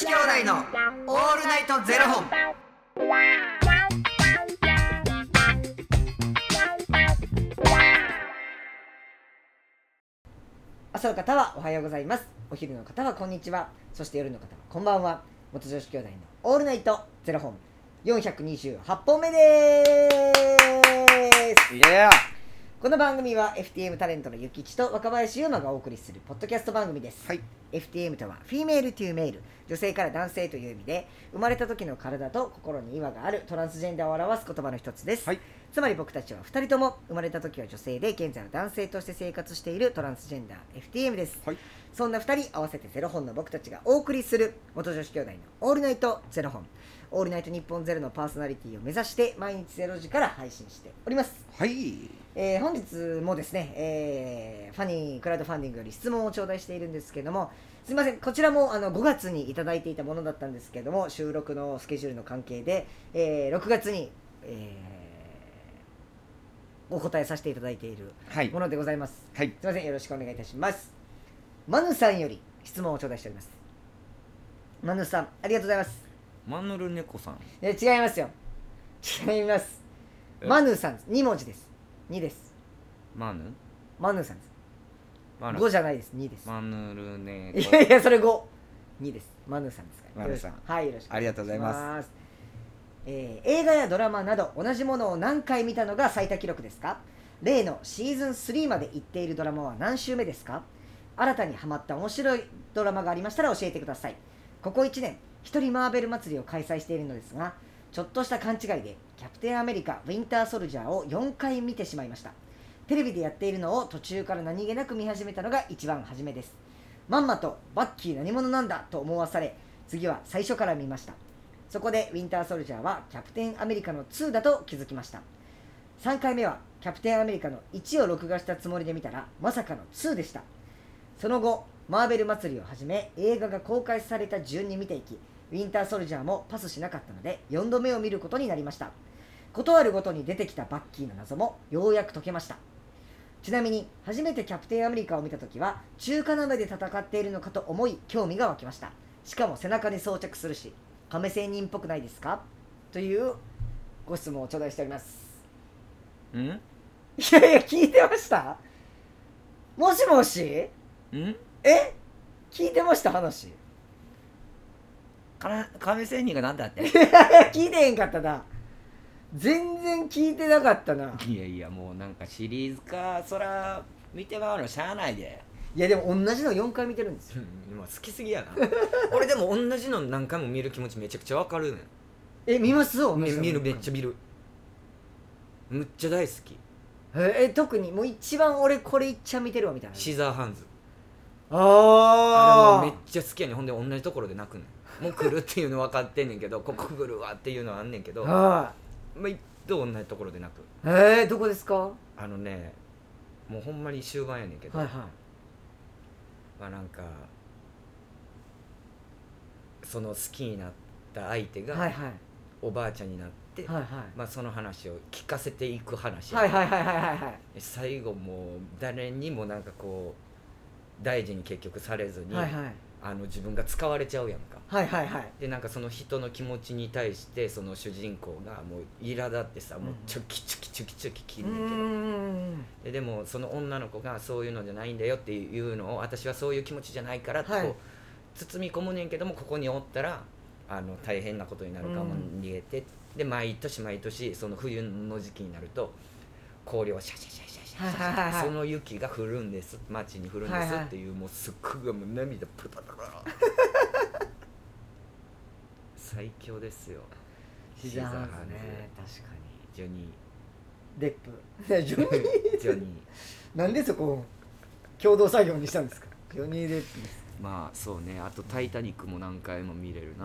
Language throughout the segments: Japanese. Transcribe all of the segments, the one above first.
子兄弟のオールナイトゼロ本。 朝の方はおはようございます。お昼の方はこんにちは。そして夜の方はこんばんは。元女子兄弟のオールナイトゼロ本428本目です。この番組は FTM タレントのゆきちと若林優馬がお送りするポッドキャスト番組です、FTM とはフィメールトゥーメール、女性から男性という意味で、生まれた時の体と心に違和があるトランスジェンダーを表す言葉の一つです、つまり僕たちは2人とも生まれた時は女性で現在は男性として生活しているトランスジェンダー FTM です、そんな2人合わせてゼロ本の僕たちがお送りする元女子兄弟のオールナイトゼロ本、オールナイト日本ゼロのパーソナリティを目指して毎日0時から配信しております。本日もですね、ファニークラウドファンディングより質問を頂戴しているんですけども、すいません、こちらも5月にいただいていたものだったんですけども、収録のスケジュールの関係で、6月に、お答えさせていただいているものでございます、すいません、よろしくお願いいたします。マヌさんより質問を頂戴しております。マヌさん、ありがとうございます。 マヌルネコさん。 違いますよ、違います。マヌさんです。2文字です。2です。マヌさんです。5じゃないです。2です。 マヌルネコ。 いやいや、それ5。2です。マヌさんですから。 マヌさん。 はい、よろしくお願いします。 ありがとうございます。 映画やドラマなど同じものを何回見たのが最多記録ですか？例のシーズン3まで行っているドラマは何週目ですか？新たにハマった面白いドラマがありましたら教えてください。ここ1年、一人マーベル祭りを開催しているのですが、ちょっとした勘違いでキャプテンアメリカウィンターソルジャーを4回見てしまいました。テレビでやっているのを途中から何気なく見始めたのが一番初めです。まんまとバッキー何者なんだと思わされ、次は最初から見ました。そこでウィンターソルジャーはキャプテンアメリカの2だと気づきました。3回目はキャプテンアメリカの1を録画したつもりで見たらまさかの2でした。その後マーベル祭りをはじめ映画が公開された順に見ていき、ウィンターソルジャーもパスしなかったので4度目を見ることになりました。ことあるごとに出てきたバッキーの謎もようやく解けました。ちなみに初めてキャプテンアメリカを見たときは中華鍋で戦っているのかと思い興味が湧きました。しかも背中に装着するし亀仙人っぽくないですか？というご質問を頂戴しております。いやいや、聞いてました？もしもし？聞いてました話？ 亀仙人が何だって聞いてへんかったな。全然聞いてなかったな。 いやいや、もうなんかシリーズか、そら見てまうのしゃあないで。 いやでも同じの4回見てるんですよ。 今好きすぎやな俺でも同じの何回も見る気持ちめちゃくちゃわかるねん。 見ます？ 見る、めっちゃ見る。むっちゃ大好き。 特にもう一番俺これいっちゃ見てるわみたいな。 シザーハンズ。 あれもめっちゃ好きやねん。ほんで同じところで泣くねん。もう来るっていうの分かってんねんけどここ来るわっていうのはあんねんけど、一度同じところで泣く。 どこですか？ もうほんまに終盤やねんけど、まあなんかその好きになった相手がおばあちゃんになって、まあその話を聞かせていく話。最後もう誰にもなんかこう大事に結局されずに、自分が使われちゃうやんか。でなんかその人の気持ちに対してその主人公がもう苛立ってさ、もうチョキチョキチョキチョキ切んねんけど、でもその女の子がそういうのじゃないんだよっていうのを、私はそういう気持ちじゃないからってこう包み込むねんけども、ここにおったら大変なことになるからもう逃げて、で毎年毎年その冬の時期になると氷をシャシャシャシャシャシャ、その雪が降るんです、街に降るんですっていう、もうすっごいもう涙プルパラパラ最強ですよ。 シザーハンズね、確かに。 ジョニーデップジョニーなんでそこを共同作業にしたんですか？ジョニー・デップです。 まあそうね。あとタイタニックも何回も見れるな。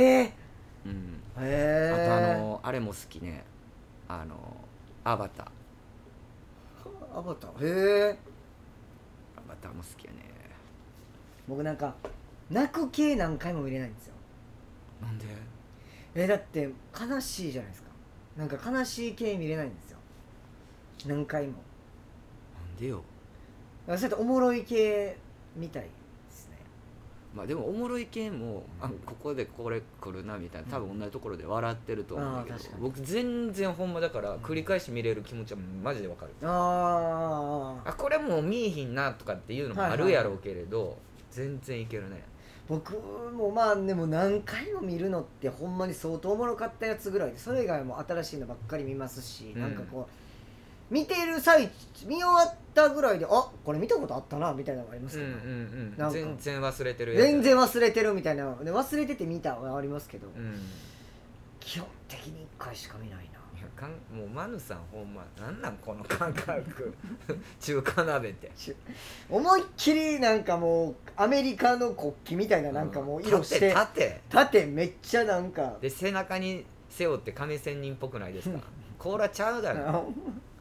あとあれも好きね、アバター。 アバター、 アバターも好きやね。 僕なんか泣く系何回も見れないんですよ。 なんで？ だって悲しいじゃないですか。なんか悲しい系見れないんですよ、何回も。 なんでよ。 そうやっておもろい系みたいですね。 まあでもおもろい系もここでこれ来るなみたいな多分同じところで笑ってると思うんだけど、僕全然ほんまだから繰り返し見れる気持ちはマジでわかる。これもう見えひんなとかっていうのもあるやろうけれど、全然いけるね。 僕もまあでも何回も見るのってほんまに相当おもろかったやつぐらいで、それ以外も新しいのばっかり見ますし、なんかこう見てる見終わったぐらいでこれ見たことあったなみたいなのがありますけど、 なんか全然忘れてるやつ、全然忘れてるみたいなで、忘れてて見たはありますけど、基本的に1回しか見ないな。 もうマヌさんほんまなんこの感覚中華鍋って思いっきりなんかもうアメリカの国旗みたいななんかもう色して縦めっちゃなんかで背中に背負って亀仙人っぽくないですか甲羅ちゃうだろ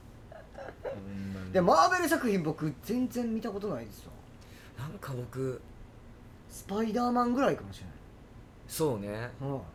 でマーベル作品僕全然見たことないですよ。 なんか僕スパイダーマンぐらいかもしれない。 そうね、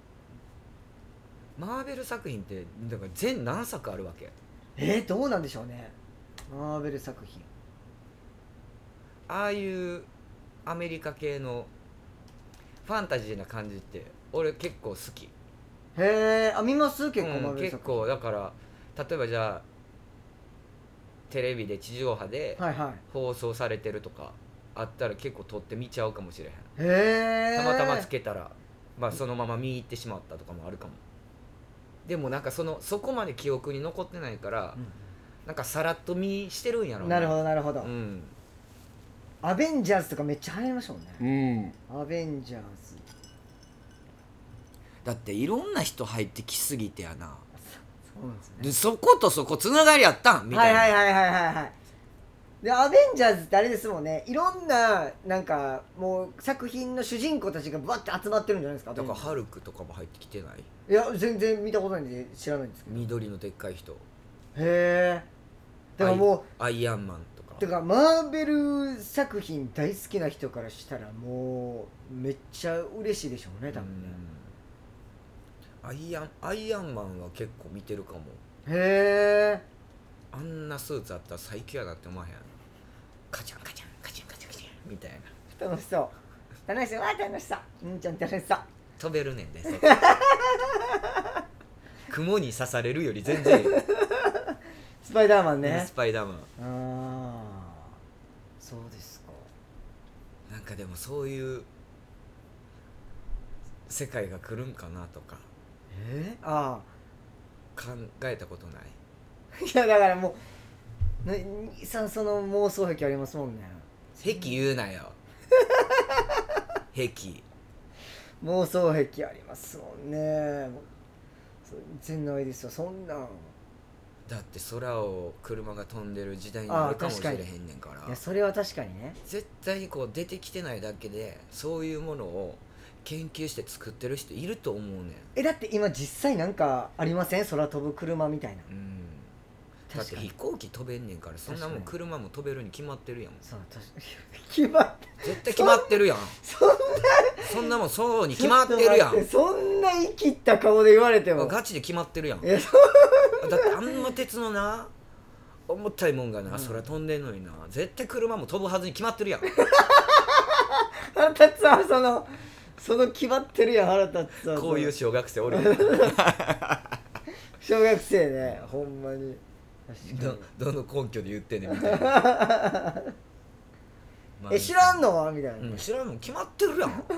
マーベル作品ってだから全何作あるわけ？ どうなんでしょうね、マーベル作品。 ああいうアメリカ系のファンタジーな感じって俺結構好き。 見ます結構、マーベル作品結構だから例えばじゃあテレビで地上波で放送されてるとかあったら結構撮って見ちゃうかもしれへん。たまたまつけたらそのまま見入ってしまったとかもあるかも。でもなんかそこまで記憶に残ってないから、なんかさらっと見してるんやろうなるほどなるほど、アベンジャーズとかめっちゃ流行りましたもんね、アベンジャーズだっていろんな人入ってきすぎてやな。 そうなんですね。 でそことそこつながりあったんみたいな。 はいでアベンジャーズってあれですもんね、いろんななんかもう作品の主人公たちがバッて集まってるんじゃないですか。 だからハルクとかも入ってきてない？ いや全然見たことないんで知らないんですけど。 緑のでっかい人。 だからもうアイアンマンとか。 だからマーベル作品大好きな人からしたらもうめっちゃ嬉しいでしょうね多分ね。 アイアンマンは結構見てるかも。あんなスーツあったら最強やなって思わへん？カチャンカチャンカチャンカチャンカチャンみたいな。楽しそう楽しそう楽しそうちゃん楽しそう。 飛べるねんで雲に刺されるより全然いいスパイダーマンね。 スパイダーマン。 そうですか。 なんかでもそういう世界が来るんかなとか考えたことない？ いやだからもう兄さんその妄想癖ありますもんね。 癖言うなよ癖妄想癖ありますもんね。全然ないですよそんなん。 だって空を車が飛んでる時代になるかもしれへんねんから。 いやそれは確かにね。 絶対こう出てきてないだけでそういうものを研究して作ってる人いると思うねん。 だって今実際なんかありません？空飛ぶ車みたいな。 だって飛行機飛べんねんから、そんなもん車も飛べるに決まってるやん。 そう確かに決まって絶対決まってるやん。そんなもんそうに決まってるやん。 そんな生きった顔で言われてもガチで決まってるやん。だってあんな鉄のな重たいもんがな、空飛んでんのにな、絶対車も飛ぶはずに決まってるやん。 腹立つわその決まってるやん。腹立つわ。 こういう小学生おる小学生ねほんまに。 どの根拠で言ってんねんみたいな知らんのみたいな、 知らんの決まってるやんなんか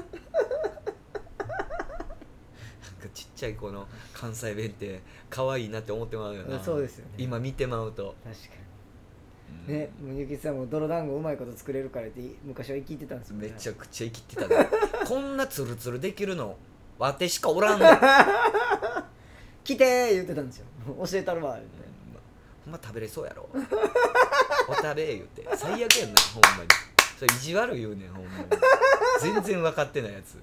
ちっちゃい子の関西弁って可愛いなって思ってまうよな。 そうですよね今見てまうと。 確かにね。もうゆきさんも泥団子うまいこと作れるからって昔は生きてたんですよね。 めちゃくちゃ生きてたねこんなツルツルできるのわてしかおらんねん来てー言ってたんですよ教えたるわって。 ほんま食べれそうやろお食べ言うて最悪やんなほんまに。それ意地悪言うねんほんまに全然分かってないやつ。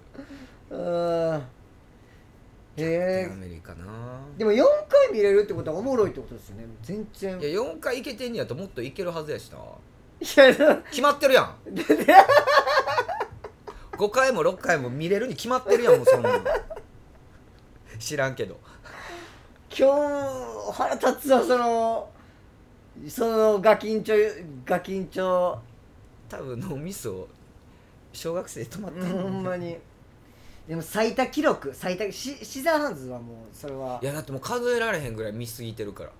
アメリカな。 でも4回見れるってことはおもろいってことですよね。全然いや4回いけてんねやともっといけるはずやしな。 いや決まってるやん5回も6回も見れるに決まってるやんもうそんなの知らんけど。 今日腹立つわそのガキンチョ多分脳みそ小学生止まってんほんまに。でも最多記録シザーハンズはもうそれは、 いやだってもう数えられへんぐらい見すぎてるから。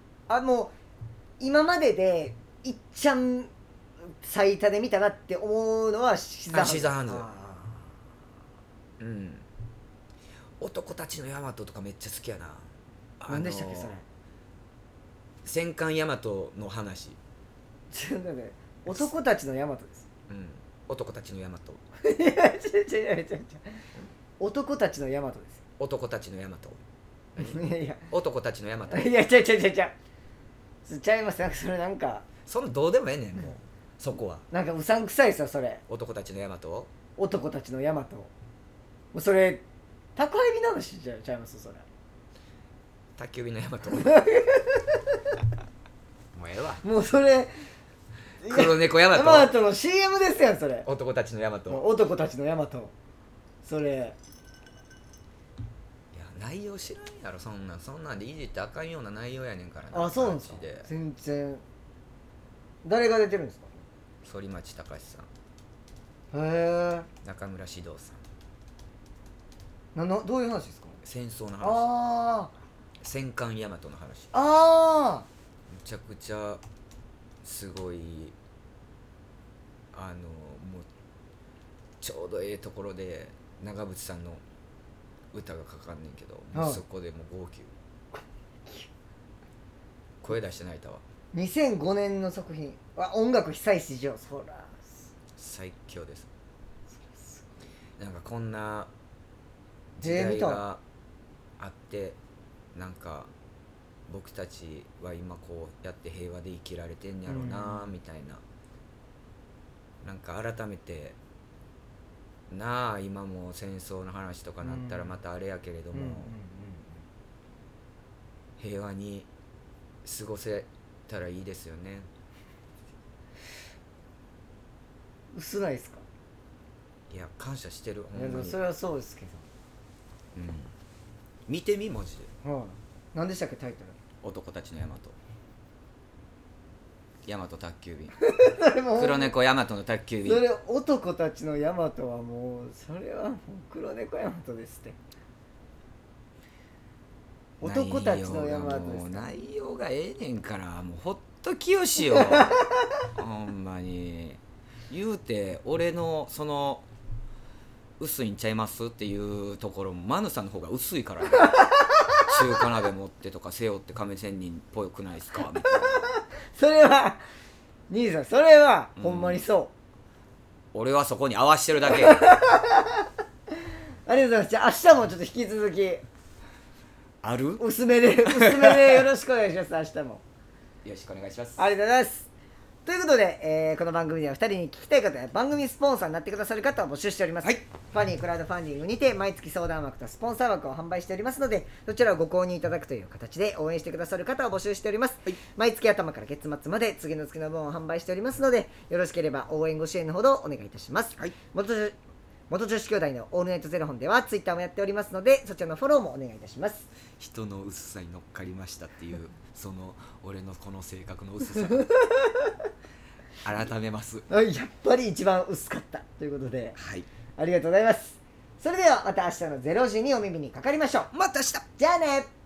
もう今まででいっちゃん最多で見たなって思うのはシザーハンズ。 うん。男たちのヤマトとかめっちゃ好きやな。 何でしたっけそれ。 戦艦ヤマトの話。 違うね、男たちのヤマトです。 うん。男たちのヤマト。 いや違う男たちのヤマトです。 男たちのヤマト。 いや男たちのヤマト。 いや違うちゃいます。なんかそれなんかそんなどうでもええねんもうそこは。 なんかうさんくさいですよそれ。 男たちのヤマト。 男たちのヤマト。もうそれ宅配便の話ちゃいますそれ。 宅急便のヤマト。もうええわ。 もうそれ黒猫ヤマト。 ヤマトの CM ですやんそれ。 男たちのヤマト。 男たちのヤマト。それ。 いや内容知らんやろそんなんでいじってあかんような内容やねんからな。 あ、そうなんですか。全然。誰が出てるんですか。 反町隆史さん。へえ。 中村獅童さん。どういう話ですか。 戦争の話。 ああ。 戦艦ヤマトの話。 ああ。 むちゃくちゃすごいもうちょうどええところで長渕さんの歌がかかんねんけど、もうそこでもう号泣。声出して泣いたわ。 2005年の作品は音楽久石譲。そら最強です。なんかこんな時代があってなんか僕たちは今こうやって平和で生きられてんやろうなみたいな、なんか改めてなあ今も戦争の話とかなったらまたあれやけれども、平和に過ごせたらいいですよね。 薄ないですか。 いや感謝してる。 ほんまにそれはそうですけど、 うん、見てみマジで。 何でしたっけタイトル。 男たちのヤマト。ヤマト宅急便。黒猫ヤマトの宅急便。 それ男たちのヤマトはもうそれはもう黒猫ヤマトですって。男たちのヤマトです。 内容がええねんからもうほっときよしよ。ほんまに言うて俺のその薄いんちゃいますっていうところもマヌさんの方が薄いからね。中華鍋持ってとか背負って亀仙人っぽくないですかみたいな。 それは兄さんそれはほんまにそう、 俺はそこに合わしてるだけ。 ありがとうございます。じゃあ明日もちょっと引き続きある薄めでよろしくお願いします。明日もよろしくお願いします。 ありがとうございます。ということで、この番組では2人に聞きたい方や番組スポンサーになってくださる方を募集しております、 はい、 ファニークラウドファンディングにて毎月相談枠とスポンサー枠を販売しておりますので、そちらをご購入いただくという形で応援してくださる方を募集しております、はい、毎月頭から月末まで次の月の分を販売しておりますので、よろしければ応援ご支援のほどお願いいたします、はい、元女子兄弟のオールナイトゼロ本ではツイッターもやっておりますので、そちらのフォローもお願いいたします。 人の薄さに乗っかりましたっていうその俺のこの性格の薄さ改めます。 やっぱり一番薄かったということで、 はい、 ありがとうございます。それではまた明日の0時にお耳にかかりましょう。 また明日。 じゃあね。